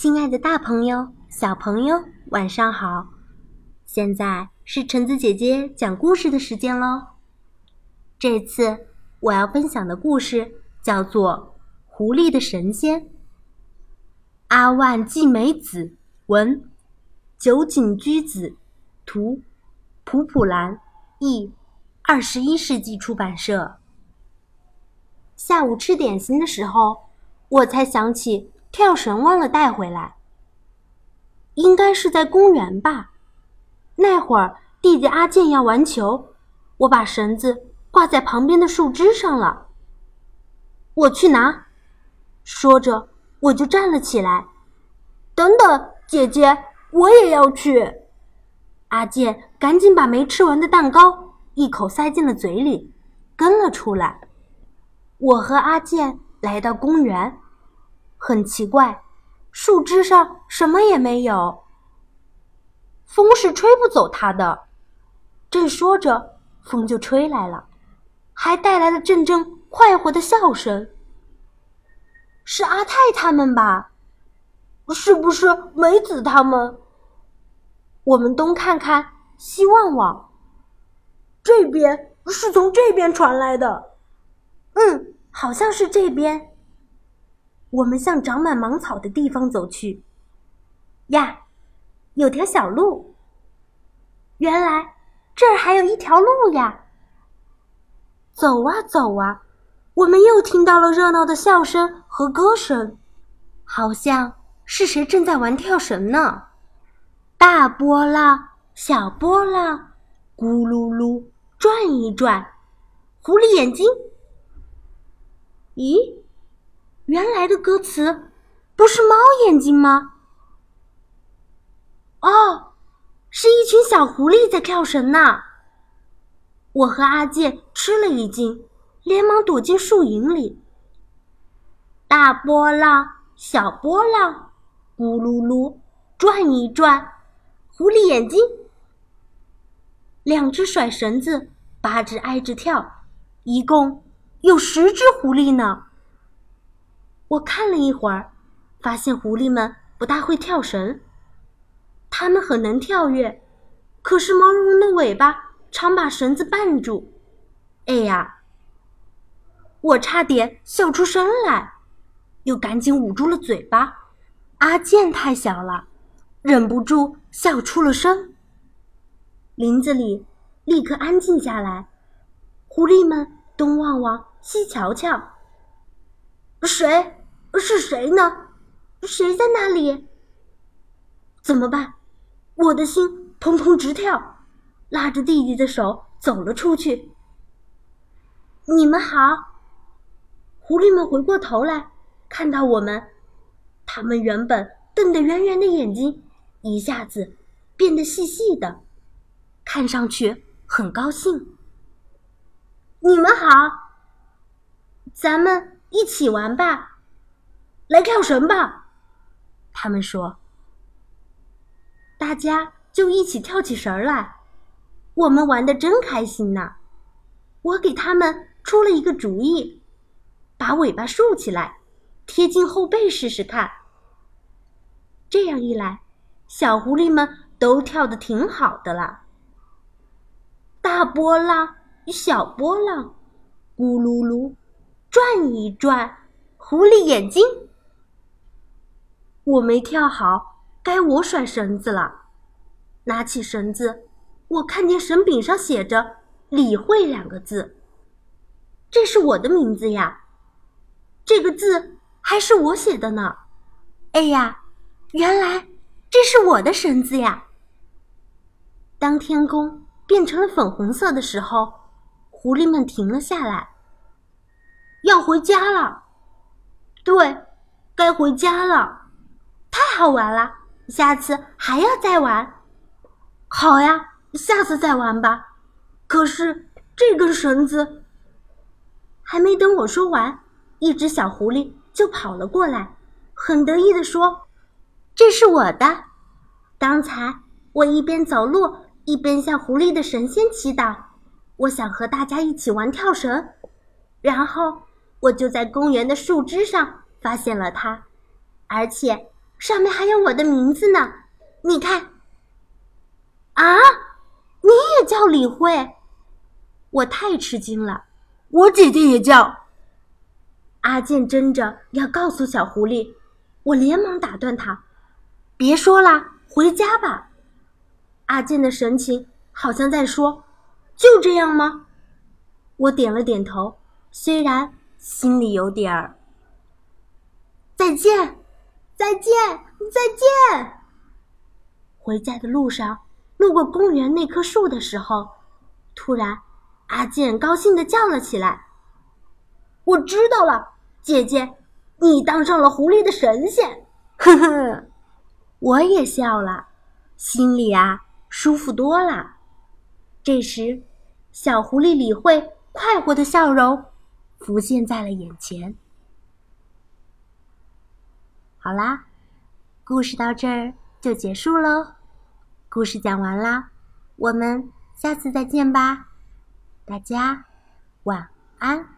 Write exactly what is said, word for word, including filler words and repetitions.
亲爱的大朋友、小朋友，晚上好！现在是橙子姐姐讲故事的时间喽。这次我要分享的故事叫做《狐狸的神仙》。阿万季美子文，酒井居子图，普普兰译，二十一世纪出版社。下午吃点心的时候，我才想起跳绳忘了带回来。应该是在公园吧。那会儿弟弟阿健要玩球，我把绳子挂在旁边的树枝上了。我去拿，说着我就站了起来。等等，姐姐，我也要去。阿健赶紧把没吃完的蛋糕一口塞进了嘴里，跟了出来。我和阿健来到公园，很奇怪，树枝上什么也没有。风是吹不走它的。正说着，风就吹来了，还带来了阵阵快活的笑声。是阿泰他们吧？是不是梅子他们？我们东看看，西望望。这边是从这边传来的。嗯，好像是这边。我们向长满芒草的地方走去。呀，有条小路。原来这儿还有一条路呀。走啊走啊，我们又听到了热闹的笑声和歌声，好像是谁正在玩跳绳呢。大波浪，小波浪，咕噜噜转一转，狐狸眼睛。咦，原来的歌词不是猫眼睛吗？哦，是一群小狐狸在跳绳呢。我和阿健吃了一惊，连忙躲进树影里。大波浪，小波浪，咕噜噜转一转，狐狸眼睛。两只甩绳子，八只挨着跳，一共有十只狐狸呢。我看了一会儿，发现狐狸们不大会跳绳，它们很能跳跃，可是毛茸茸的尾巴常把绳子绊住。哎呀，我差点笑出声来，又赶紧捂住了嘴巴。阿健太小了，忍不住笑出了声。林子里立刻安静下来，狐狸们东望望，西瞧瞧。谁？是谁呢？谁在那里？怎么办？我的心砰砰直跳，拉着弟弟的手走了出去。你们好。狐狸们回过头来，看到我们，他们原本瞪得圆圆的眼睛一下子变得细细的，看上去很高兴。你们好，咱们一起玩吧，来跳绳吧，他们说。大家就一起跳起绳来，我们玩得真开心呢。我给他们出了一个主意，把尾巴竖起来，贴近后背试试看。这样一来，小狐狸们都跳得挺好的了。大波浪，小波浪，咕噜噜转一转，狐狸眼睛。我没跳好，该我甩绳子了。拿起绳子，我看见绳柄上写着理会两个字。这是我的名字呀，这个字还是我写的呢。哎呀，原来这是我的绳子呀。当天空变成了粉红色的时候，狐狸们停了下来。要回家了。对，该回家了。太好玩了，下次还要再玩。好呀，下次再玩吧。可是这根绳子……还没等我说完，一只小狐狸就跑了过来，很得意地说：“这是我的。刚才我一边走路，一边向狐狸的神仙祈祷，我想和大家一起玩跳绳。然后我就在公园的树枝上发现了它，而且上面还有我的名字呢，你看。啊，你也叫李慧？我太吃惊了。 我姐姐也叫。 阿健争着要告诉小狐狸，我连忙打断他，别说啦，回家吧。阿健的神情好像在说，就这样吗？我点了点头，虽然心里有点儿。再见，再见，再见。回家的路上，路过公园那棵树的时候，突然阿健高兴地叫了起来，我知道了，姐姐，你当上了狐狸的神仙。呵呵，我也笑了，心里啊舒服多了。这时小狐狸李慧快活的笑容浮现在了眼前。好啦，故事到这儿就结束喽。故事讲完啦，我们下次再见吧。大家晚安。